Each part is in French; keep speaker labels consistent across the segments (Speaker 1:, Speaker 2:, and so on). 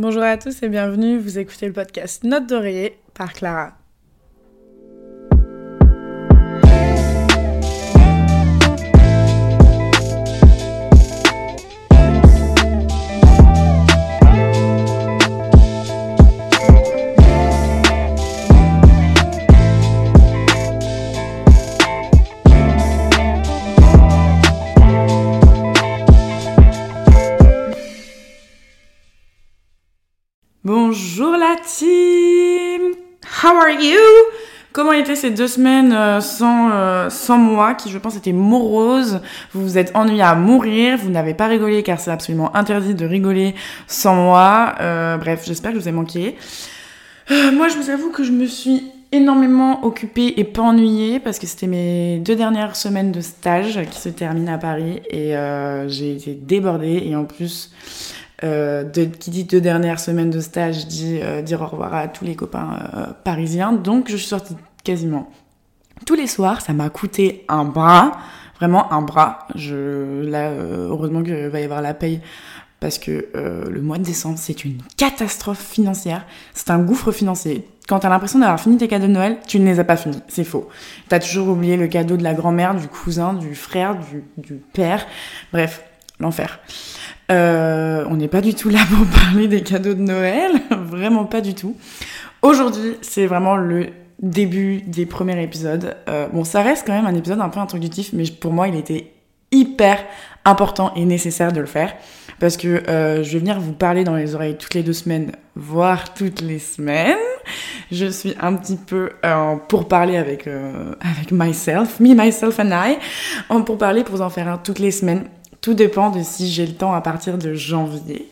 Speaker 1: Bonjour à tous et bienvenue, vous écoutez le podcast Notes d'oreiller par Clara. Bonjour la team! How are you? Comment étaient ces 2 semaines sans moi, qui je pense étaient moroses? Vous vous êtes ennuyés à mourir, vous n'avez pas rigolé car c'est absolument interdit de rigoler sans moi. Bref, j'espère que je vous ai manqué. Moi, je vous avoue que je me suis énormément occupée et pas ennuyée parce que c'était mes 2 dernières semaines de stage qui se terminent à Paris et j'ai été débordée et en plus... qui dit 2 dernières semaines de stage dit dire au revoir à tous les copains parisiens. Donc je suis sortie quasiment tous les soirs. Ça m'a coûté un bras, vraiment un bras. Heureusement qu'il va y avoir la paye parce que le mois de décembre c'est une catastrophe financière. C'est un gouffre financier. Quand t'as l'impression d'avoir fini tes cadeaux de Noël, tu ne les as pas finis, c'est faux. T'as toujours oublié le cadeau de la grand-mère, du cousin, du frère, du père. Bref, l'enfer. On n'est pas du tout là pour parler des cadeaux de Noël, vraiment pas du tout. Aujourd'hui, c'est vraiment le début des premiers épisodes. Bon, ça reste quand même un épisode un peu introductif, mais pour moi, il était hyper important et nécessaire de le faire. Parce que je vais venir vous parler dans les oreilles toutes les 2 semaines, voire toutes les semaines. Je suis un petit peu pour parler avec myself, me, myself and I, pour parler, pour vous en faire un toutes les semaines. Tout dépend de si j'ai le temps à partir de janvier.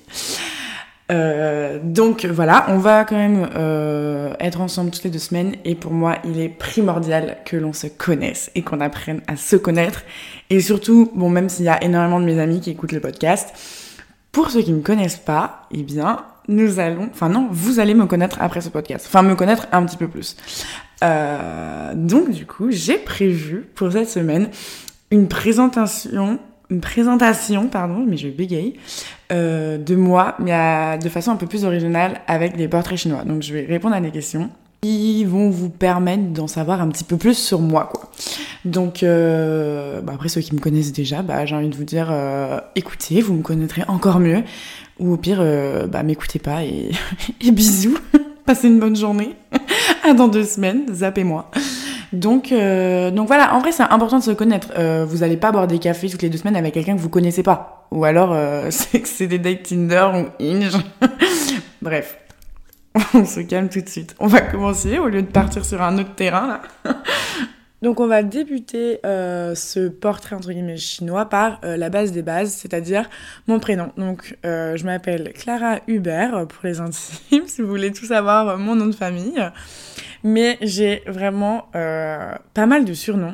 Speaker 1: Donc voilà, on va quand même être ensemble toutes les 2 semaines et pour moi, il est primordial que l'on se connaisse et qu'on apprenne à se connaître. Et surtout, bon, même s'il y a énormément de mes amis qui écoutent le podcast, pour ceux qui ne me connaissent pas, eh bien, vous allez me connaître après ce podcast. Enfin, me connaître un petit peu plus. Donc du coup, j'ai prévu pour cette semaine une présentation, mais je bégaye, de moi, mais de façon un peu plus originale avec des portraits chinois. Donc je vais répondre à des questions qui vont vous permettre d'en savoir un petit peu plus sur moi, quoi. Donc, après ceux qui me connaissent déjà, j'ai envie de vous dire, écoutez, vous me connaîtrez encore mieux, ou au pire, m'écoutez pas et, et bisous, passez une bonne journée, à dans 2 semaines, zappez-moi. Donc voilà, en vrai c'est important de se connaître. Vous allez pas boire des cafés toutes les 2 semaines avec quelqu'un que vous connaissez pas. Ou alors c'est que c'est des dates Tinder ou Hinge. Bref, on se calme tout de suite. On va commencer au lieu de partir sur un autre terrain là. Donc on va débuter ce portrait entre guillemets chinois par la base des bases, c'est-à-dire mon prénom. Donc je m'appelle Clara Hubert pour les intimes, si vous voulez tout savoir mon nom de famille. Mais j'ai vraiment pas mal de surnoms.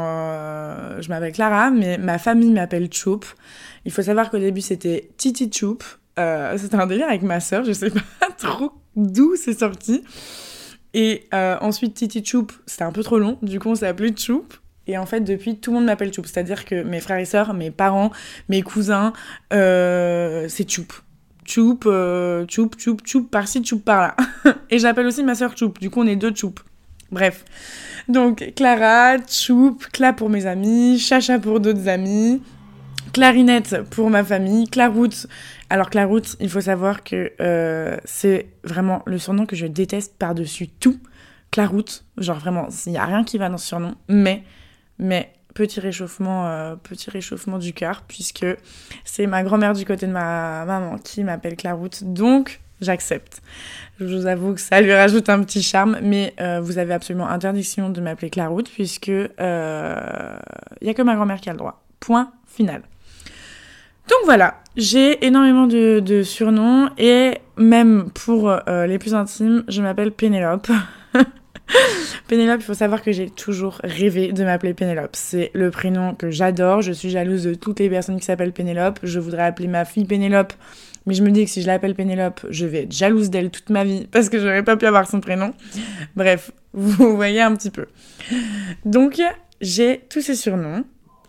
Speaker 1: Je m'appelle Clara, mais ma famille m'appelle Choup. Il faut savoir qu'au début c'était Titi Choup. C'était un délire avec ma sœur, je sais pas trop d'où c'est sorti. Et ensuite, Titi Choup, c'était un peu trop long, du coup on s'est appelé Choup. Et en fait, depuis, tout le monde m'appelle Choup. C'est-à-dire que mes frères et sœurs, mes parents, mes cousins, c'est Choup. Choup, par-ci, Choup par-là. Et j'appelle aussi ma sœur Choup, du coup on est 2 Choup. Bref. Donc Clara, Choup, Cla pour mes amis, Chacha pour d'autres amis, Clarinette pour ma famille, Claroute. Alors Claroute, il faut savoir que c'est vraiment le surnom que je déteste par-dessus tout. Claroute, genre vraiment, il n'y a rien qui va dans ce surnom, mais petit réchauffement du cœur, puisque c'est ma grand-mère du côté de ma maman qui m'appelle Claroute, donc j'accepte. Je vous avoue que ça lui rajoute un petit charme, mais vous avez absolument interdiction de m'appeler Claroute, puisque y a que ma grand-mère qui a le droit. Point final. Donc voilà, j'ai énormément de surnoms, et même pour les plus intimes, je m'appelle Pénélope. Pénélope, il faut savoir que j'ai toujours rêvé de m'appeler Pénélope. C'est le prénom que j'adore, je suis jalouse de toutes les personnes qui s'appellent Pénélope. Je voudrais appeler ma fille Pénélope, mais je me dis que si je l'appelle Pénélope, je vais être jalouse d'elle toute ma vie parce que j'aurais pas pu avoir son prénom. Bref, vous voyez un petit peu. Donc, j'ai tous ces surnoms.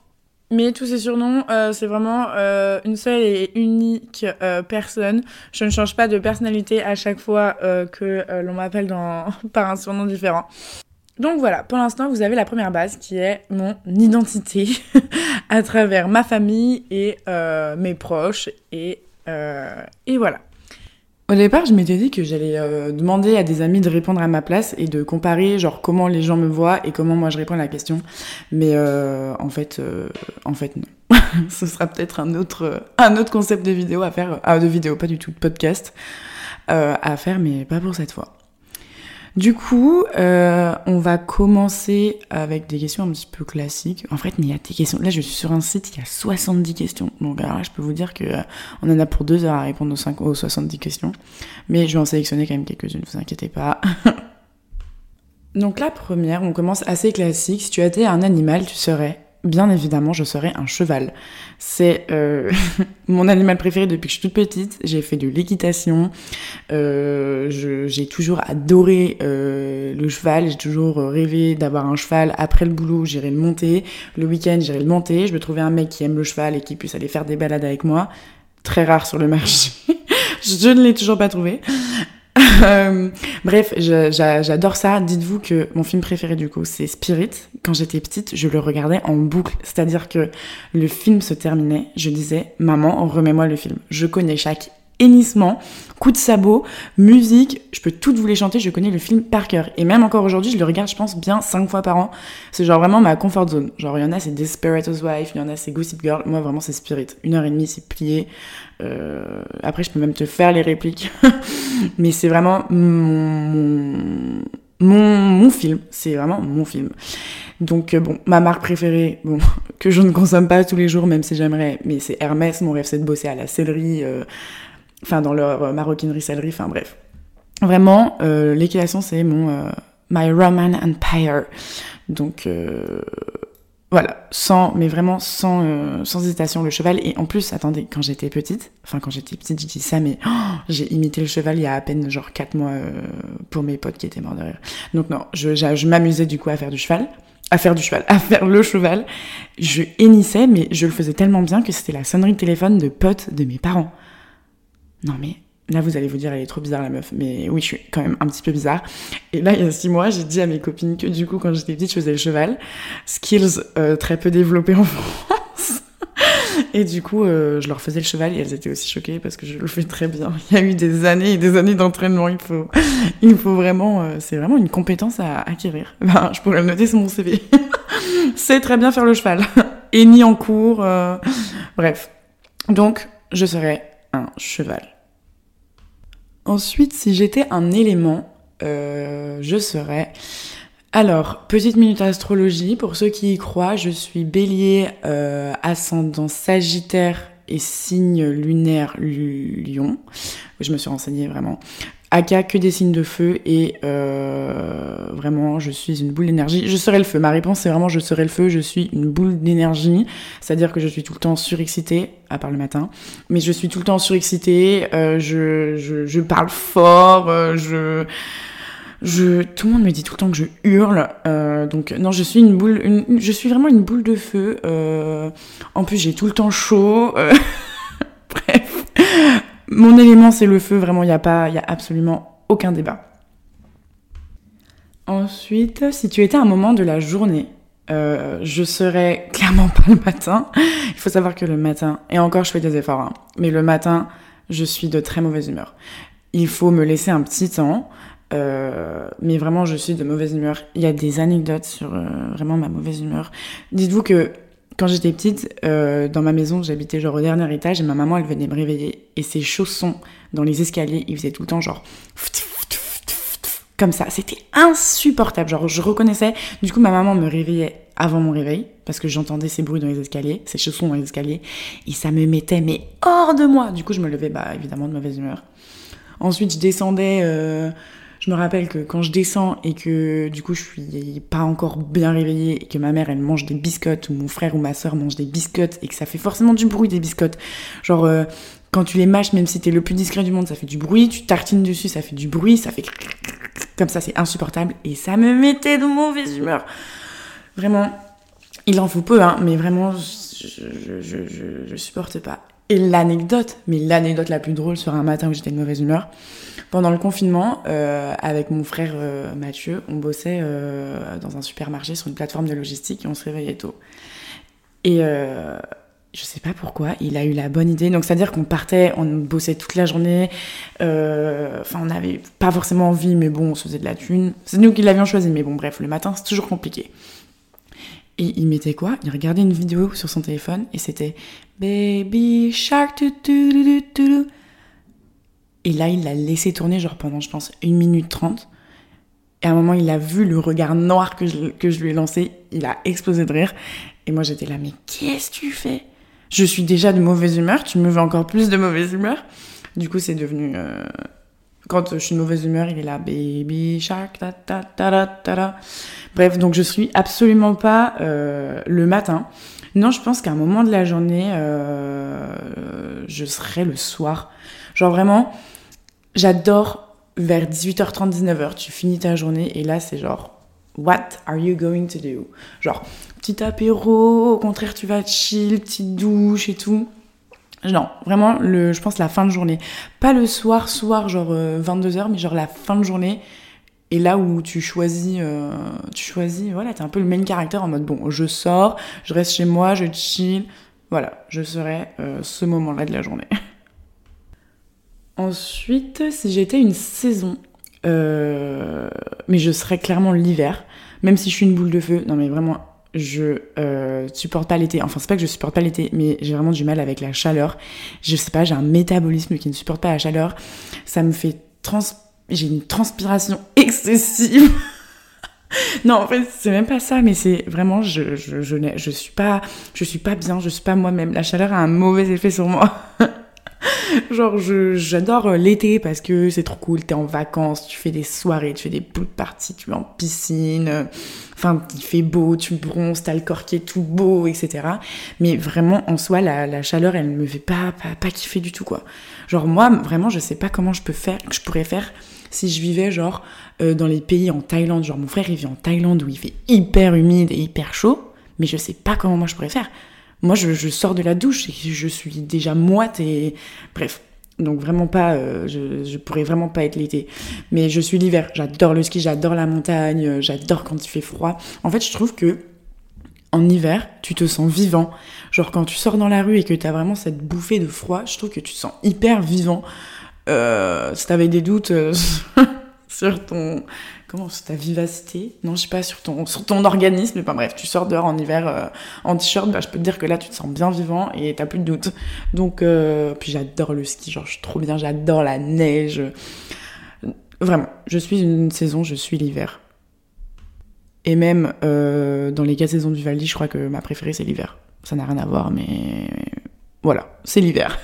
Speaker 1: Mais tous ces surnoms, c'est vraiment une seule et unique personne. Je ne change pas de personnalité à chaque fois que l'on m'appelle par un surnom différent. Donc voilà, pour l'instant, vous avez la première base qui est mon identité à travers ma famille et mes proches. Et voilà. Au départ, je m'étais dit que j'allais demander à des amis de répondre à ma place et de comparer genre comment les gens me voient et comment moi je réponds à la question. Mais en fait, non. Ce sera peut-être un autre concept de vidéo à faire. Ah, de vidéo, pas du tout, de podcast à faire, mais pas pour cette fois. Du coup, on va commencer avec des questions un petit peu classiques. En fait, mais il y a des questions. Là, je suis sur un site, il y a 70 questions. Donc alors là, je peux vous dire que on en a pour 2 heures à répondre aux 70 questions. Mais je vais en sélectionner quand même quelques-unes, ne vous inquiétez pas. Donc la première, on commence assez classique. Si tu étais un animal, tu serais... Bien évidemment, je serais un cheval. C'est mon animal préféré depuis que je suis toute petite. J'ai fait de l'équitation. J'ai toujours adoré le cheval. J'ai toujours rêvé d'avoir un cheval. Après le boulot, j'irai le monter. Le week-end, j'irai le monter. Je me trouvais un mec qui aime le cheval et qui puisse aller faire des balades avec moi. Très rare sur le marché. Je ne l'ai toujours pas trouvé. Bref, j'adore ça. Dites-vous que mon film préféré du coup, c'est Spirit. Quand j'étais petite, je le regardais en boucle. C'est-à-dire que le film se terminait, je disais « Maman, remets-moi le film ». Je connais chaque hennissement, coup de sabot, musique, je peux toutes vous les chanter, je connais le film par cœur. Et même encore aujourd'hui, je le regarde, je pense, bien 5 fois par an. C'est genre vraiment ma comfort zone. Genre, il y en a, c'est Desperate Housewives, il y en a, c'est Gossip Girl. Moi, vraiment, c'est Spirit. 1h30, c'est plié. Après, je peux même te faire les répliques. Mais c'est vraiment mon film. C'est vraiment mon film. Donc, bon, ma marque préférée, bon, que je ne consomme pas tous les jours, même si j'aimerais, mais c'est Hermès. Mon rêve, c'est de bosser à la sellerie, enfin, dans leur maroquinerie sellerie, enfin, bref. Vraiment, l'équitation, c'est my Roman Empire. Donc, voilà, mais vraiment sans hésitation, le cheval. Et en plus, attendez, quand j'étais petite, je dis ça, mais j'ai imité le cheval il y a à peine genre 4 mois pour mes potes qui étaient morts de rire. Donc non, je m'amusais du coup à faire le cheval. Je hennissais, mais je le faisais tellement bien que c'était la sonnerie de téléphone de potes de mes parents. Non mais... Là, vous allez vous dire, elle est trop bizarre, la meuf. Mais oui, je suis quand même un petit peu bizarre. Et là, il y a 6 mois, j'ai dit à mes copines que du coup, quand j'étais petite, je faisais le cheval. Skills très peu développés en France. Et du coup, je leur faisais le cheval et elles étaient aussi choquées parce que je le fais très bien. Il y a eu des années et des années d'entraînement. Il faut vraiment... c'est vraiment une compétence à acquérir. Ben, je pourrais le noter sur mon CV. C'est très bien faire le cheval. Et ni en cours. Bref. Donc, je serais un cheval. Ensuite, si j'étais un élément, je serais... Alors, petite minute astrologie, pour ceux qui y croient, je suis bélier, ascendant sagittaire et signe lunaire lion. Je me suis renseignée vraiment. Aka, que des signes de feu et vraiment, je suis une boule d'énergie. Je serai le feu. Ma réponse, c'est vraiment je serai le feu. Je suis une boule d'énergie. C'est-à-dire que je suis tout le temps surexcitée, à part le matin. Mais je suis tout le temps surexcitée. Je parle fort. Tout le monde me dit tout le temps que je hurle. Donc non, je suis je suis vraiment une boule de feu. En plus, j'ai tout le temps chaud. Bref. Mon élément, c'est le feu, vraiment, il y a absolument aucun débat. Ensuite, si tu étais un moment de la journée, je serais clairement pas le matin. Il faut savoir que le matin, et encore je fais des efforts, hein, mais le matin, je suis de très mauvaise humeur. Il faut me laisser un petit temps, mais vraiment, je suis de mauvaise humeur. Il y a des anecdotes sur vraiment ma mauvaise humeur. Dites-vous que quand j'étais petite, dans ma maison, j'habitais genre au dernier étage et ma maman, elle venait me réveiller et ses chaussons dans les escaliers, ils faisaient tout le temps genre comme ça. C'était insupportable. Genre, je reconnaissais. Du coup, ma maman me réveillait avant mon réveil parce que j'entendais ces bruits dans les escaliers, ces chaussons dans les escaliers et ça me mettait mais hors de moi. Du coup, je me levais évidemment de mauvaise humeur. Ensuite, je descendais... Je me rappelle que quand je descends et que du coup je suis pas encore bien réveillée et que ma mère elle mange des biscottes ou mon frère ou ma soeur mange des biscottes et que ça fait forcément du bruit des biscottes. Genre quand tu les mâches, même si t'es le plus discret du monde, ça fait du bruit. Tu tartines dessus, ça fait du bruit, ça fait comme ça, c'est insupportable et ça me mettait de mauvaise humeur. Vraiment, il en faut peu, hein, mais vraiment je supporte pas. Et l'anecdote la plus drôle sur un matin où j'étais de mauvaise humeur, pendant le confinement, avec mon frère Mathieu, on bossait dans un supermarché sur une plateforme de logistique et on se réveillait tôt. Et je sais pas pourquoi, il a eu la bonne idée. Donc c'est-à-dire qu'on partait, on bossait toute la journée, on n'avait pas forcément envie, mais bon, on se faisait de la thune. C'est nous qui l'avions choisi, mais bon, bref, le matin, c'est toujours compliqué. Et il mettait quoi ? Il regardait une vidéo sur son téléphone et c'était Baby Shark tu. Et là, il l'a laissé tourner genre pendant, je pense, 1 minute 30. Et à un moment, il a vu le regard noir que je lui ai lancé. Il a explosé de rire. Et moi, j'étais là, mais qu'est-ce que tu fais ? Je suis déjà de mauvaise humeur, tu me veux encore plus de mauvaise humeur ? Du coup, c'est devenu... Quand je suis de mauvaise humeur, il est là, Baby Shark, ta ta ta ta ta. Bref, donc je suis absolument pas le matin. Non, je pense qu'à un moment de la journée, je serai le soir. Genre vraiment, j'adore vers 18h30, 19h, tu finis ta journée et là, c'est genre, what are you going to do ? Genre, petit apéro, au contraire, tu vas chill, petite douche et tout. Non, vraiment, je pense la fin de journée. Pas le soir, genre 22h, mais genre la fin de journée. Et là où tu choisis, voilà, t'es un peu le main character en mode, bon, je sors, je reste chez moi, je chill. Voilà, je serai ce moment-là de la journée. Ensuite, si j'étais une saison, mais je serais clairement l'hiver, même si je suis une boule de feu, non mais vraiment... Je supporte pas l'été, enfin c'est pas que je supporte pas l'été, mais j'ai vraiment du mal avec la chaleur. Je sais pas, j'ai un métabolisme qui ne supporte pas la chaleur. Ça me fait j'ai une transpiration excessive. Non, en fait, c'est même pas ça, mais c'est vraiment, je suis pas bien, je suis pas moi-même. La chaleur a un mauvais effet sur moi. Genre, j'adore l'été parce que c'est trop cool, t'es en vacances, tu fais des soirées, tu fais des pool parties, tu es en piscine, enfin, il fait beau, tu bronzes, t'as le corps qui est tout beau, etc. Mais vraiment, en soi, la chaleur, elle me fait pas kiffer du tout, quoi. Genre, moi, vraiment, je sais pas comment je pourrais faire si je vivais, genre, dans les pays en Thaïlande. Genre, mon frère, il vit en Thaïlande où il fait hyper humide et hyper chaud, mais je sais pas comment moi je pourrais faire. Moi, je sors de la douche et je suis déjà moite et... Bref, donc vraiment pas... je pourrais vraiment pas être l'été. Mais je suis l'hiver. J'adore le ski, j'adore la montagne, j'adore quand il fait froid. En fait, je trouve que en hiver, tu te sens vivant. Genre, quand tu sors dans la rue et que t'as vraiment cette bouffée de froid, je trouve que tu te sens hyper vivant. Si t'avais des doutes sur ton... sur ta vivacité, non, je sais pas, sur ton organisme, enfin bref, tu sors dehors en hiver en t-shirt, je peux te dire que là, tu te sens bien vivant et t'as plus de doute. Donc, puis j'adore le ski, genre, je suis trop bien, j'adore la neige. Vraiment, je suis une saison, je suis l'hiver. Et même dans les 4 saisons du Val-d'I, je crois que ma préférée, c'est l'hiver. Ça n'a rien à voir, mais voilà, c'est l'hiver.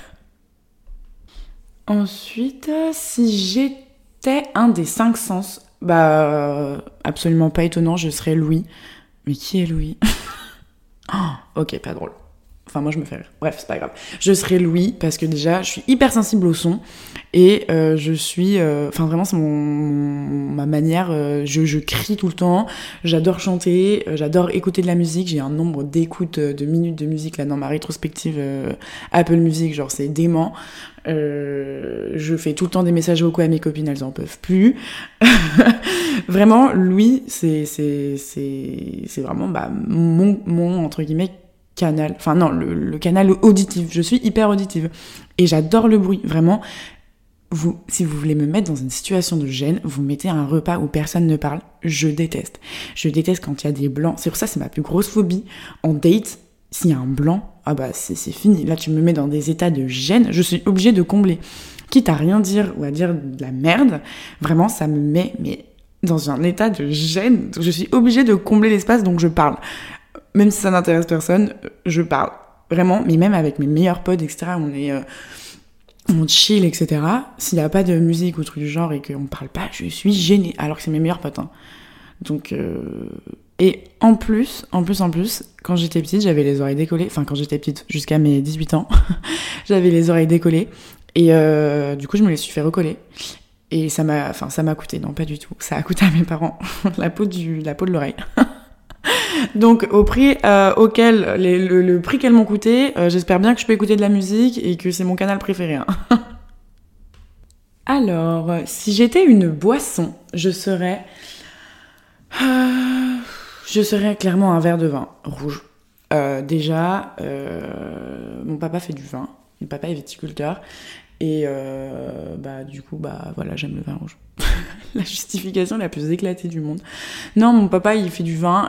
Speaker 1: Ensuite, si j'étais un des 5 sens, absolument pas étonnant, je serais Louis. Mais qui est Louis ? Oh, ok, pas drôle. Enfin, moi, je me fais rire. Bref, c'est pas grave. Je serais Louis parce que déjà, je suis hyper sensible au son et je suis... vraiment, c'est ma manière. Je crie tout le temps. J'adore chanter. J'adore écouter de la musique. J'ai un nombre d'écoutes de minutes de musique là dans ma rétrospective Apple Music. Genre, c'est dément. Je fais tout le temps des messages vocaux à mes copines, elles en peuvent plus. Vraiment, Louis, c'est vraiment mon entre guillemets canal. Enfin non, le canal auditif. Je suis hyper auditive et j'adore le bruit. Vraiment, si vous voulez me mettre dans une situation de gêne, vous mettez un repas où personne ne parle. Je déteste. Je déteste quand il y a des blancs. C'est pour ça, c'est ma plus grosse phobie en date. S'il y a un blanc, c'est fini. Là, tu me mets dans des états de gêne. Je suis obligée de combler. Quitte à rien dire ou à dire de la merde, vraiment, ça me met dans un état de gêne. Donc, je suis obligée de combler l'espace, donc je parle. Même si ça n'intéresse personne, je parle. Vraiment, mais même avec mes meilleurs potes, etc., on chill, etc. S'il n'y a pas de musique ou truc du genre et qu'on parle pas, je suis gênée. Alors que c'est mes meilleurs potes, hein. Donc... Et en plus, quand j'étais petite, j'avais les oreilles décollées. Enfin, quand j'étais petite, jusqu'à mes 18 ans, j'avais les oreilles décollées. Et du coup, je me les suis fait recoller. Et ça m'a coûté. Non, pas du tout. Ça a coûté à mes parents la peau de l'oreille. Donc au prix auquel le prix qu'elles m'ont coûté, j'espère bien que je peux écouter de la musique et que c'est mon canal préféré. Hein. Alors, si j'étais une boisson, je serais clairement un verre de vin rouge. Déjà, mon papa fait du vin. Mon papa est viticulteur. Et du coup, voilà, j'aime le vin rouge. La justification la plus éclatée du monde. Non, mon papa, il fait du vin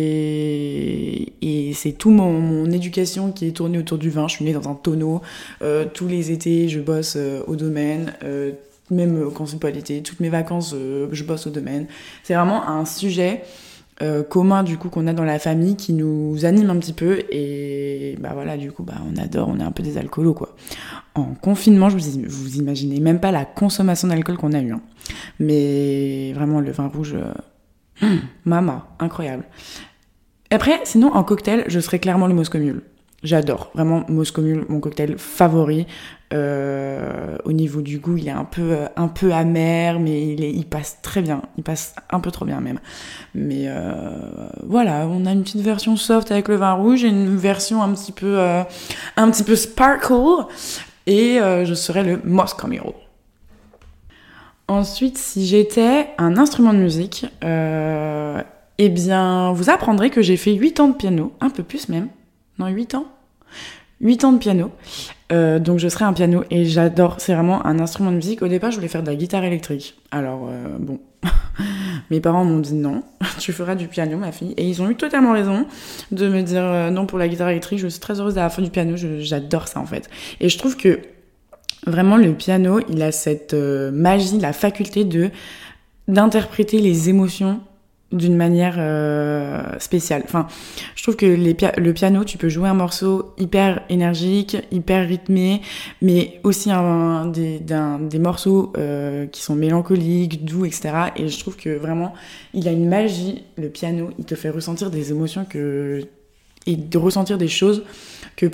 Speaker 1: et c'est tout mon éducation qui est tournée autour du vin. Je suis née dans un tonneau. Tous les étés, je bosse au domaine. Même quand c'est pas l'été, toutes mes vacances, je bosse au domaine. C'est vraiment un sujet commun du coup qu'on a dans la famille qui nous anime un petit peu et voilà, du coup on adore, on est un peu des alcoolos quoi. En confinement, vous imaginez même pas la consommation d'alcool qu'on a eu, hein. Mais vraiment le vin rouge, mama, incroyable. Après, sinon en cocktail, je serais clairement le Moscow Mule. J'adore, vraiment Moscow Mule, mon cocktail favori. Au niveau du goût, il est un peu amer, mais il passe très bien. Il passe un peu trop bien même. Mais voilà, on a une petite version soft avec le vin rouge et une version un petit peu sparkle. Et je serais le Moscow Mule. Ensuite, si j'étais un instrument de musique, eh bien, vous apprendrez que j'ai fait 8 ans de piano, un peu plus même. Non, 8 ans 8 ans de piano. Donc je serais un piano et j'adore, c'est vraiment un instrument de musique. Au départ, je voulais faire de la guitare électrique. Alors, bon, mes parents m'ont dit non, tu feras du piano, ma fille. Et ils ont eu totalement raison de me dire non pour la guitare électrique. Je suis très heureuse d'avoir fait du piano, j'adore ça en fait. Et je trouve que vraiment le piano, il a cette magie, la faculté d'interpréter les émotions d'une manière spéciale. Enfin, je trouve que le piano, tu peux jouer un morceau hyper énergique, hyper rythmé, mais aussi des morceaux qui sont mélancoliques, doux, etc. Et je trouve que vraiment, il a une magie, le piano, il te fait ressentir des émotions et de ressentir des choses que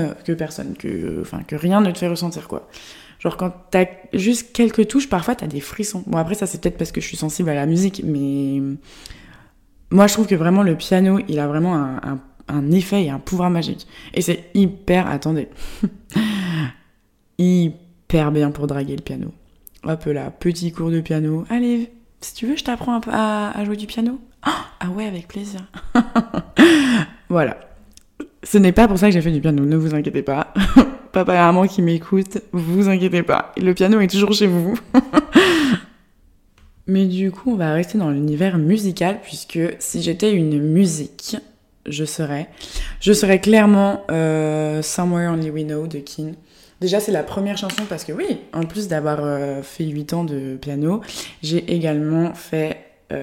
Speaker 1: rien ne te fait ressentir, quoi. Genre quand t'as juste quelques touches, parfois t'as des frissons. Bon après ça c'est peut-être parce que je suis sensible à la musique, mais moi je trouve que vraiment le piano, il a vraiment un effet et un pouvoir magique. Et c'est attendez, hyper bien pour draguer le piano. Hop là, petit cours de piano. Allez, si tu veux je t'apprends un peu à jouer du piano. Ah ouais, avec plaisir. Voilà. Ce n'est pas pour ça que j'ai fait du piano, ne vous inquiétez pas. Papa et maman qui m'écoutent, vous inquiétez pas. Le piano est toujours chez vous. Mais du coup, on va rester dans l'univers musical, puisque si j'étais une musique, je serais clairement Somewhere Only We Know de Keane. Déjà, c'est la première chanson parce que oui, en plus d'avoir fait 8 ans de piano, j'ai également fait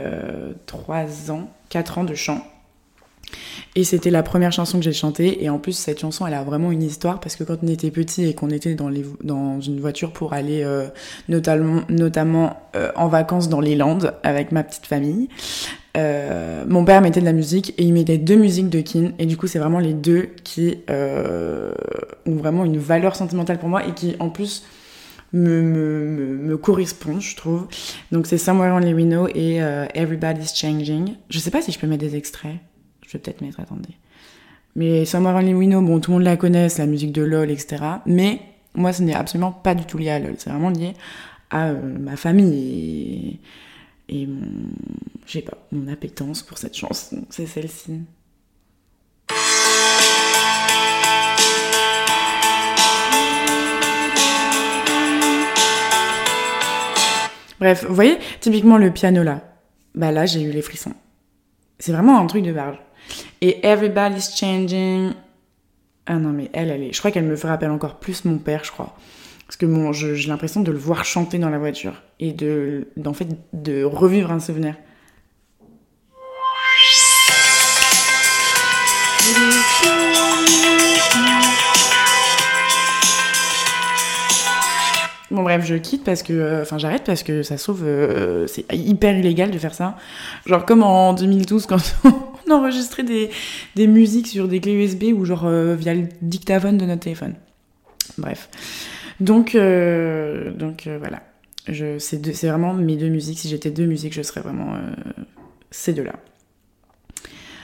Speaker 1: 4 ans de chant. Et c'était la première chanson que j'ai chantée. Et en plus, cette chanson, elle a vraiment une histoire parce que quand on était petit et qu'on était dans une voiture pour aller notamment en vacances dans les Landes avec ma petite famille, mon père mettait de la musique et il mettait 2 musiques de Keane. Et du coup, c'est vraiment les 2 qui ont vraiment une valeur sentimentale pour moi et qui, en plus, me correspondent, je trouve. Donc, c'est Somewhere Only We Know et Everybody's Changing. Je sais pas si je peux mettre des extraits. Je vais peut-être mettre, attendez. Mais Somewhere Only We Know, bon, tout le monde la connaît, c'est la musique de LOL, etc. Mais moi, ce n'est absolument pas du tout lié à LOL. C'est vraiment lié à ma famille et je sais pas, mon appétence pour cette chanson. C'est celle-ci. Bref, vous voyez, typiquement le piano là. Là, j'ai eu les frissons. C'est vraiment un truc de barge. Et Everybody's Changing. Ah non, mais je crois qu'elle me fait rappeler encore plus mon père, je crois. Parce que bon, j'ai l'impression de le voir chanter dans la voiture. Et de revivre un souvenir. Bon bref, je quitte parce que... j'arrête parce que ça se trouve... c'est hyper illégal de faire ça. Genre comme en 2012 quand on enregistrait des musiques sur des clés USB ou genre via le dictaphone de notre téléphone. Bref. Donc voilà. C'est vraiment mes 2 musiques. Si j'étais 2 musiques, je serais vraiment ces 2-là.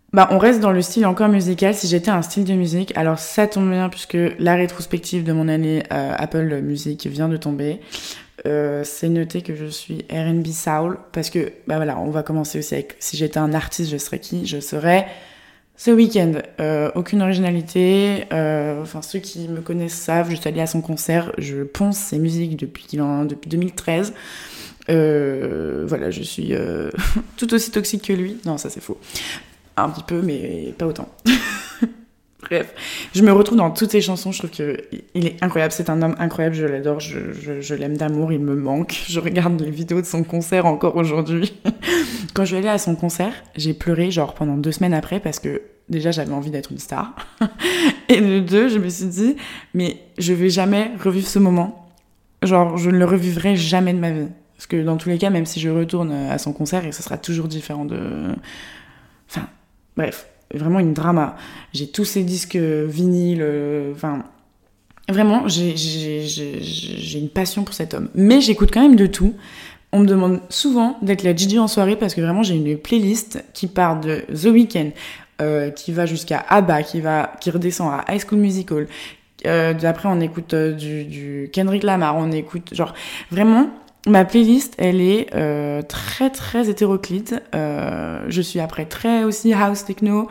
Speaker 1: Bah, on reste dans le style encore musical. Si j'étais un style de musique, alors ça tombe bien puisque la rétrospective de mon année Apple Music vient de tomber. C'est noté que je suis R&B Soul parce que, bah voilà, on va commencer aussi avec si j'étais un artiste, je serais qui? Je serais The Weeknd. Aucune originalité. Enfin, ceux qui me connaissent savent, je suis allée à son concert, je ponce ses musiques depuis 2013. Voilà, je suis tout aussi toxique que lui. Non, ça c'est faux. Un petit peu, mais pas autant. Bref, je me retrouve dans toutes ses chansons, je trouve qu'il est incroyable, c'est un homme incroyable, je l'adore, je l'aime d'amour, il me manque. Je regarde les vidéos de son concert encore aujourd'hui. Quand je suis allée à son concert, j'ai pleuré genre pendant 2 semaines après parce que déjà j'avais envie d'être une star. Et de 2, je me suis dit, mais je vais jamais revivre ce moment. Genre, je ne le revivrai jamais de ma vie. Parce que dans tous les cas, même si je retourne à son concert, et ce sera toujours différent de... Enfin, bref, vraiment une drama. J'ai tous ces disques vinyles, enfin... Vraiment, j'ai une passion pour cet homme. Mais j'écoute quand même de tout. On me demande souvent d'être la Gigi en soirée parce que vraiment j'ai une playlist qui part de The Weeknd, qui va jusqu'à ABBA, qui redescend à High School Musical. Après on écoute du Kendrick Lamar, on écoute genre vraiment... Ma playlist, elle est très très hétéroclite. Je suis après très aussi house techno.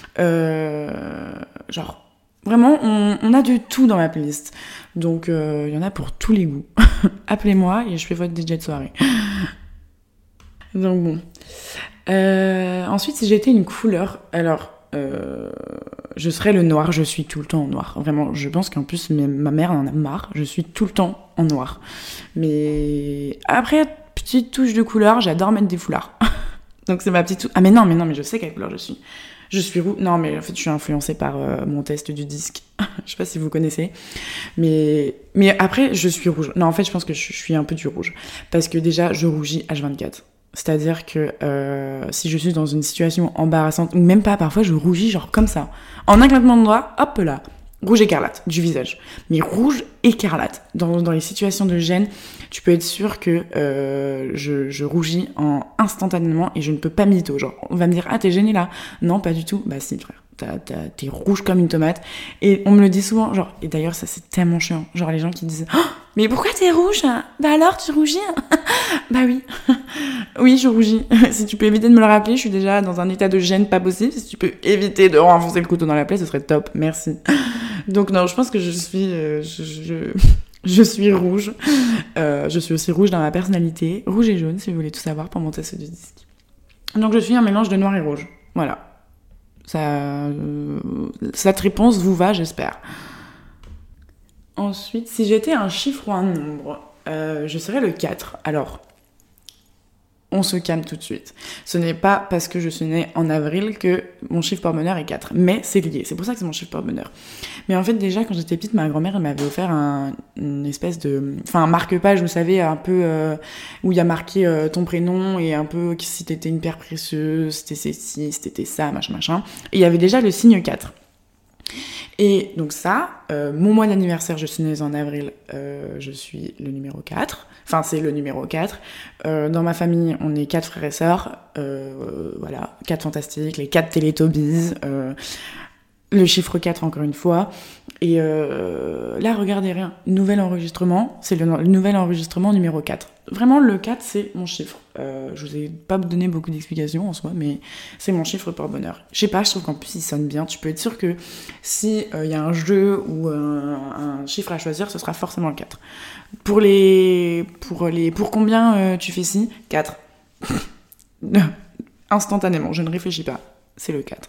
Speaker 1: Genre, vraiment, on a de tout dans ma playlist. Donc, il y en a pour tous les goûts. Appelez-moi et je fais votre DJ de soirée. Donc bon. Ensuite, si j'étais une couleur, alors... je serais le noir, je suis tout le temps en noir. Vraiment, je pense qu'en plus, ma mère en a marre, je suis tout le temps en noir. Mais après, petite touche de couleur, j'adore mettre des foulards. Donc c'est ma petite touche. Ah mais non, mais je sais quelle couleur je suis. Je suis rouge. Non, mais en fait, je suis influencée par mon test du disque. Je sais pas si vous connaissez. Mais après, je suis rouge. Non, en fait, je pense que je suis un peu du rouge. Parce que déjà, je rougis H24. C'est-à-dire que si je suis dans une situation embarrassante, ou même pas, parfois je rougis genre comme ça. En un claquement de doigts, hop là, rouge écarlate du visage. Mais rouge écarlate. Dans les situations de gêne, tu peux être sûr que je rougis instantanément et je ne peux pas mytho. Genre, on va me dire, ah t'es gênée là? Non, pas du tout. Bah si frère, t'es rouge comme une tomate. Et on me le dit souvent, genre, et d'ailleurs ça c'est tellement chiant. Genre les gens qui disent, oh, mais pourquoi t'es rouge? Bah alors tu rougis? Bah oui. Oui, je rougis. Si tu peux éviter de me le rappeler, je suis déjà dans un état de gêne pas possible. Si tu peux éviter de renfoncer le couteau dans la plaie, ce serait top. Merci. Donc non, je pense que je suis rouge. Je suis aussi rouge dans ma personnalité. Rouge et jaune, si vous voulez tout savoir pour mon test du disque. Donc je suis un mélange de noir et rouge. Voilà. Cette réponse vous va, j'espère. Ensuite, si j'étais un chiffre ou un nombre, je serais le 4. Alors... on se calme tout de suite. Ce n'est pas parce que je suis née en avril que mon chiffre porte-bonheur est 4. Mais c'est lié. C'est pour ça que c'est mon chiffre porte-bonheur. Mais en fait, déjà, quand j'étais petite, ma grand-mère, elle m'avait offert une espèce de... Enfin, un marque-page, vous savez, un peu... où il y a marqué ton prénom et un peu si t'étais une pierre précieuse, c'était ceci, si t'étais ça, machin. Et il y avait déjà le signe 4. Et donc ça, mon mois d'anniversaire, je suis née en avril, je suis le numéro 4. Enfin, c'est le numéro 4. Dans ma famille, on est 4 frères et sœurs. Voilà, 4 fantastiques, les 4 Télétobies. Le chiffre 4, encore une fois. Et là, regardez rien. Nouvel enregistrement, c'est le nouvel enregistrement numéro 4. Vraiment, le 4, c'est mon chiffre. Je vous ai pas donné beaucoup d'explications en soi, mais c'est mon chiffre porte-bonheur. Je sais pas, je trouve qu'en plus, il sonne bien. Tu peux être sûr que si y a un jeu ou un chiffre à choisir, ce sera forcément le 4. Pour combien tu fais ci? 4. Instantanément, je ne réfléchis pas. C'est le 4.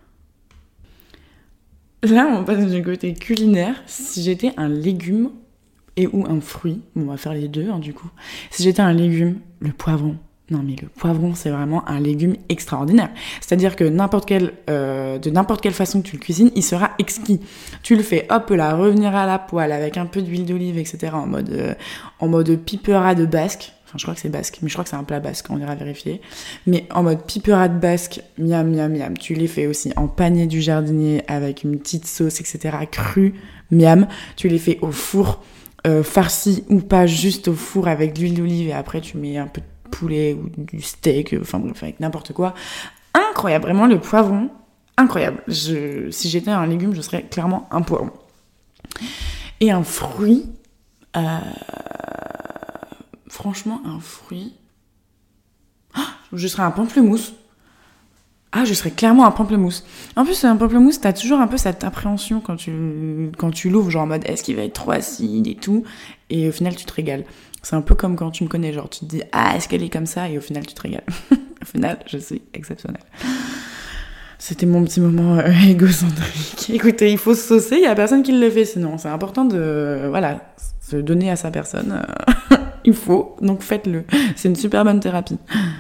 Speaker 1: Là, on passe du côté culinaire. Si j'étais un légume et ou un fruit, bon, on va faire les deux, hein, du coup. Si j'étais un légume, le poivron. Non, mais le poivron, c'est vraiment un légume extraordinaire. C'est-à-dire que de n'importe quelle façon que tu le cuisines, il sera exquis. Tu le fais, hop là, revenir à la poêle avec un peu d'huile d'olive, etc. en mode piperade basque. Enfin, je crois que c'est basque, mais je crois que c'est un plat basque, on ira vérifier. Mais en mode piperade basque, miam, miam, miam. Tu les fais aussi en panier du jardinier avec une petite sauce, etc. crue, miam. Tu les fais au four, farci ou pas, juste au four avec de l'huile d'olive et après tu mets un peu de poulet ou du steak, enfin bref, avec n'importe quoi. incroyable. Vraiment, le poivron, incroyable. Si j'étais un légume, je serais clairement un poivron. Et un fruit... franchement, un fruit... je serais un pamplemousse. Ah, je serais clairement un pamplemousse. En plus, un pamplemousse, t'as toujours un peu cette appréhension quand tu l'ouvres, genre en mode est-ce qu'il va être trop acide et tout. Et au final, tu te régales. C'est un peu comme quand tu me connais, genre tu te dis ah, est-ce qu'elle est comme ça? Et au final, tu te régales. Au final, je suis exceptionnelle. C'était mon petit moment égocentrique. Écoutez, il faut se saucer, il y a personne qui le fait sinon. C'est important de, voilà, se donner à sa personne. Il faut, donc faites-le. C'est une super bonne thérapie.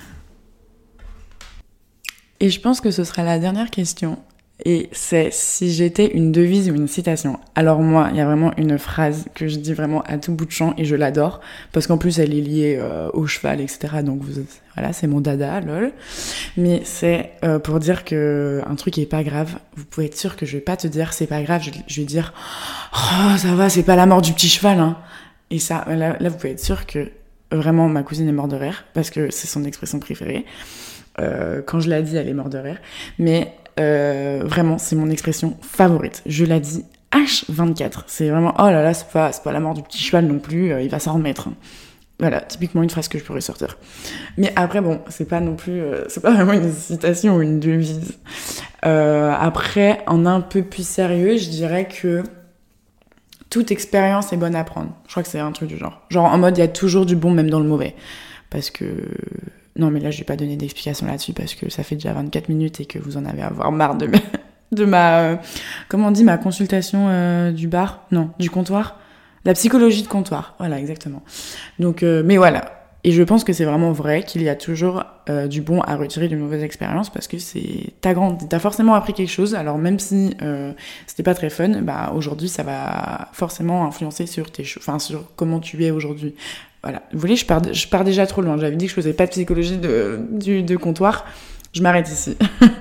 Speaker 1: Et je pense que ce sera la dernière question. Et c'est si j'étais une devise ou une citation. Alors moi, il y a vraiment une phrase que je dis vraiment à tout bout de champ et je l'adore. Parce qu'en plus, elle est liée au cheval, etc. Donc voilà, c'est mon dada, lol. Mais c'est pour dire que un truc est pas grave. Vous pouvez être sûr que je vais pas te dire c'est pas grave. Je vais dire oh, ça va, c'est pas la mort du petit cheval, hein. Et ça, là, vous pouvez être sûr que vraiment ma cousine est morte de rire. Parce que c'est son expression préférée. Quand je la dis, elle est morte de rire. Mais vraiment, c'est mon expression favorite. Je la dis H24. C'est vraiment, oh là là, c'est pas la mort du petit cheval non plus, il va s'en remettre. Voilà, typiquement une phrase que je pourrais sortir. Mais après, bon, c'est pas non plus... c'est pas vraiment une citation ou une devise. Après, en un peu plus sérieux, je dirais que toute expérience est bonne à prendre. Je crois que c'est un truc du genre. Genre, en mode, il y a toujours du bon, même dans le mauvais. Parce que... Non, mais là, je vais pas donner d'explication là-dessus parce que ça fait déjà 24 minutes et que vous en avez à avoir marre de ma... comment on dit, ma consultation du bar? Non, du comptoir? La psychologie de comptoir. Voilà, exactement. Donc, mais voilà. Et je pense que c'est vraiment vrai qu'il y a toujours du bon à retirer d'une mauvaise expérience parce que t'as forcément appris quelque chose. Alors même si c'était pas très fun, bah aujourd'hui ça va forcément influencer sur sur comment tu es aujourd'hui. Voilà. Vous voyez, je pars déjà trop loin. J'avais dit que je faisais pas de psychologie de comptoir. Je m'arrête ici.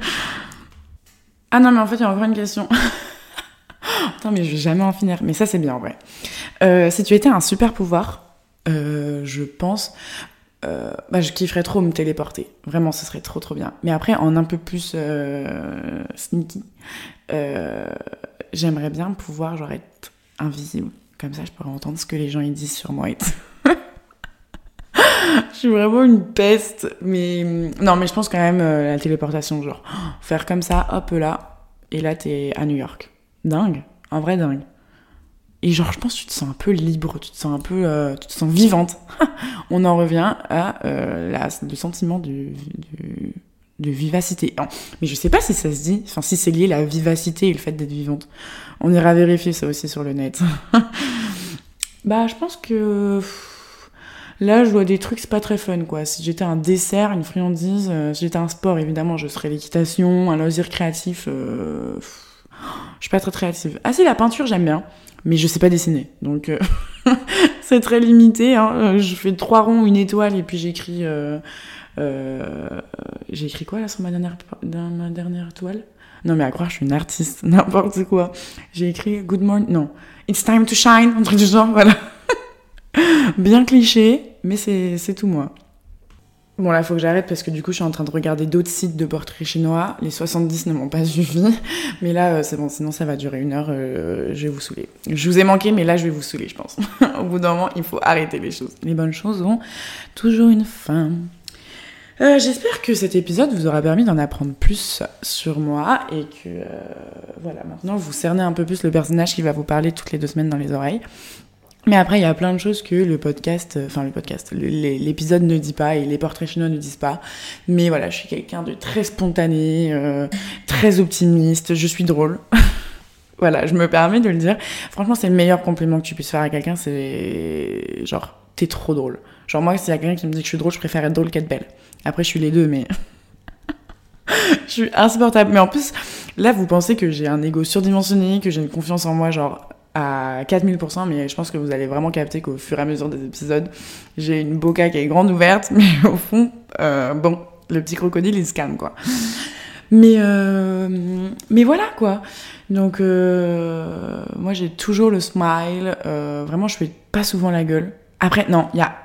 Speaker 1: Ah non, mais en fait, il y a encore une question. Putain, mais je vais jamais en finir. Mais ça, c'est bien, en vrai. Si tu étais un super pouvoir, je pense... je kifferais trop me téléporter. Vraiment, ce serait trop, trop bien. Mais après, en un peu plus sneaky, j'aimerais bien pouvoir, genre, être invisible. Comme ça, je pourrais entendre ce que les gens ils disent sur moi et tout. Je suis vraiment une peste, mais... Non, mais je pense quand même la téléportation, genre, faire comme ça, hop là, et là, t'es à New York. Dingue, en vrai dingue. Et genre, je pense que tu te sens un peu libre, tu te sens un peu... tu te sens vivante. On en revient à le sentiment de vivacité. Non, mais je sais pas si ça se dit, enfin, si c'est lié la vivacité et le fait d'être vivante. On ira vérifier ça aussi sur le net. Bah, je pense que... Là, je vois des trucs, c'est pas très fun, quoi. Si j'étais un dessert, une friandise, si j'étais un sport, évidemment, je serais l'équitation, un loisir créatif. Je suis pas très créative. Ah si, la peinture, j'aime bien, mais je sais pas dessiner. Donc, c'est très limité. Hein. Je fais 3 ronds, une étoile, et puis j'écris... j'ai écrit quoi, là, sur ma dernière toile? Non, mais à croire, je suis une artiste, n'importe quoi. J'ai écrit « Good morning », non. « It's time to shine », un truc du genre, voilà. Bien cliché, mais c'est tout moi. Bon, là, faut que j'arrête parce que du coup, je suis en train de regarder d'autres sites de portraits chinois. Les 70 ne m'ont pas suffi. Mais là, c'est bon, sinon ça va durer 1 heure. Je vais vous saouler. Je vous ai manqué, mais là, je vais vous saouler, je pense. Au bout d'un moment, il faut arrêter les choses. Les bonnes choses ont toujours une fin. J'espère que cet épisode vous aura permis d'en apprendre plus sur moi et que, voilà, maintenant, vous cernez un peu plus le personnage qui va vous parler toutes les 2 semaines dans les oreilles. Mais après, il y a plein de choses que l'épisode ne dit pas et les portraits chinois ne disent pas. Mais voilà, je suis quelqu'un de très spontané, très optimiste, je suis drôle. Voilà, je me permets de le dire. Franchement, c'est le meilleur compliment que tu puisses faire à quelqu'un, c'est genre, t'es trop drôle. Genre moi, s'il y a quelqu'un qui me dit que je suis drôle, je préfère être drôle qu'être belle. Après, je suis les deux, mais... je suis insupportable. Mais en plus, là, vous pensez que j'ai un ego surdimensionné, que j'ai une confiance en moi, genre... à 4000%, mais je pense que vous allez vraiment capter qu'au fur et à mesure des épisodes, j'ai une boca qui est grande ouverte, mais au fond, bon, le petit crocodile, il se calme, quoi. Mais voilà, quoi. Donc, moi, j'ai toujours le smile. Vraiment, je fais pas souvent la gueule. Après, non, il y a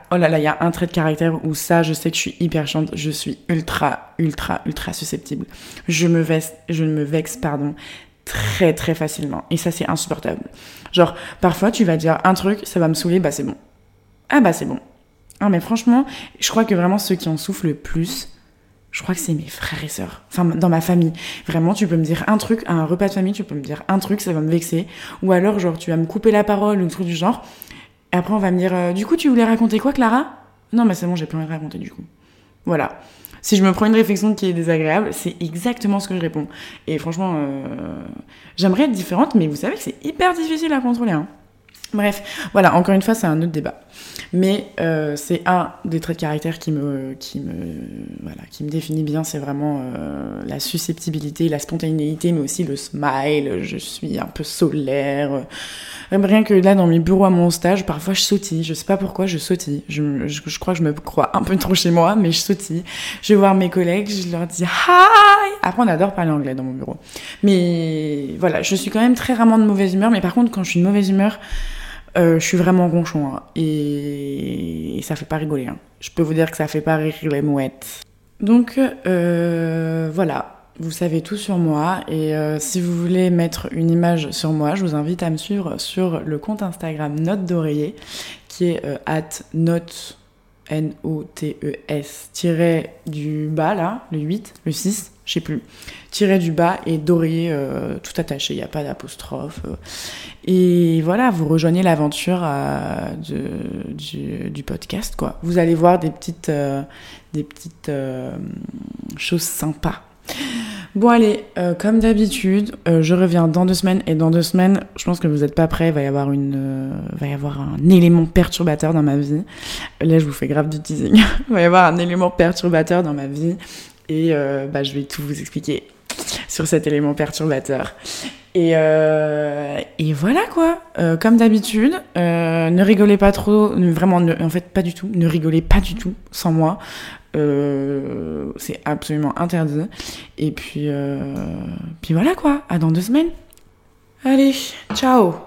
Speaker 1: oh là là, il y a un trait de caractère où ça, je sais que je suis hyper chiante, je suis ultra susceptible. Je me vexe, très très facilement. Et ça, c'est insupportable. Genre, parfois, tu vas dire un truc, ça va me saouler, bah c'est bon. Ah bah c'est bon. Ah mais franchement, je crois que vraiment ceux qui en souffrent le plus, je crois que c'est mes frères et sœurs. Enfin, dans ma famille. Vraiment, tu peux me dire un truc, à un repas de famille, tu peux me dire un truc, ça va me vexer. Ou alors, genre, tu vas me couper la parole ou un truc du genre. Et après, on va me dire, du coup, tu voulais raconter quoi, Clara ? Non, mais c'est bon, j'ai plus rien à raconter, du coup. Voilà. Si je me prends une réflexion qui est désagréable, c'est exactement ce que je réponds. Et franchement, j'aimerais être différente, mais vous savez que c'est hyper difficile à contrôler, hein. Bref, voilà, encore une fois, c'est un autre débat. Mais c'est un des traits de caractère qui me définit bien, c'est vraiment la susceptibilité, la spontanéité, mais aussi le smile. Je suis un peu solaire. Rien que là, dans mes bureaux à mon stage, parfois je sautille. Je sais pas pourquoi, je sautille. Je crois que je me crois un peu trop chez moi, mais je sautille. Je vais voir mes collègues, je leur dis hi. Après, on adore parler anglais dans mon bureau. Mais voilà, je suis quand même très rarement de mauvaise humeur. Mais par contre, quand je suis de mauvaise humeur, je suis vraiment ronchon, hein, et ça fait pas rigoler, hein. Je peux vous dire que ça fait pas rire les mouettes. Donc voilà, vous savez tout sur moi, et si vous voulez mettre une image sur moi, je vous invite à me suivre sur le compte Instagram Note d'Oreiller, qui est @notes, N-O-T-E-S, tiré du bas là, le 8, le 6, je sais plus, tiré du bas et d'oreiller tout attaché, il n'y a pas d'apostrophe. Et voilà, vous rejoignez l'aventure du podcast, quoi. Vous allez voir des petites choses sympas. Bon allez, comme d'habitude, je reviens dans 2 semaines, et dans 2 semaines, je pense que vous n'êtes pas prêts, il va y avoir un élément perturbateur dans ma vie. Là, je vous fais grave du teasing. Il va y avoir un élément perturbateur dans ma vie, et je vais tout vous expliquer sur cet élément perturbateur. Et voilà quoi, comme d'habitude, ne rigolez pas trop, en fait pas du tout, ne rigolez pas du tout sans moi. C'est absolument interdit. Et puis voilà quoi, à dans 2 semaines. Allez, ciao.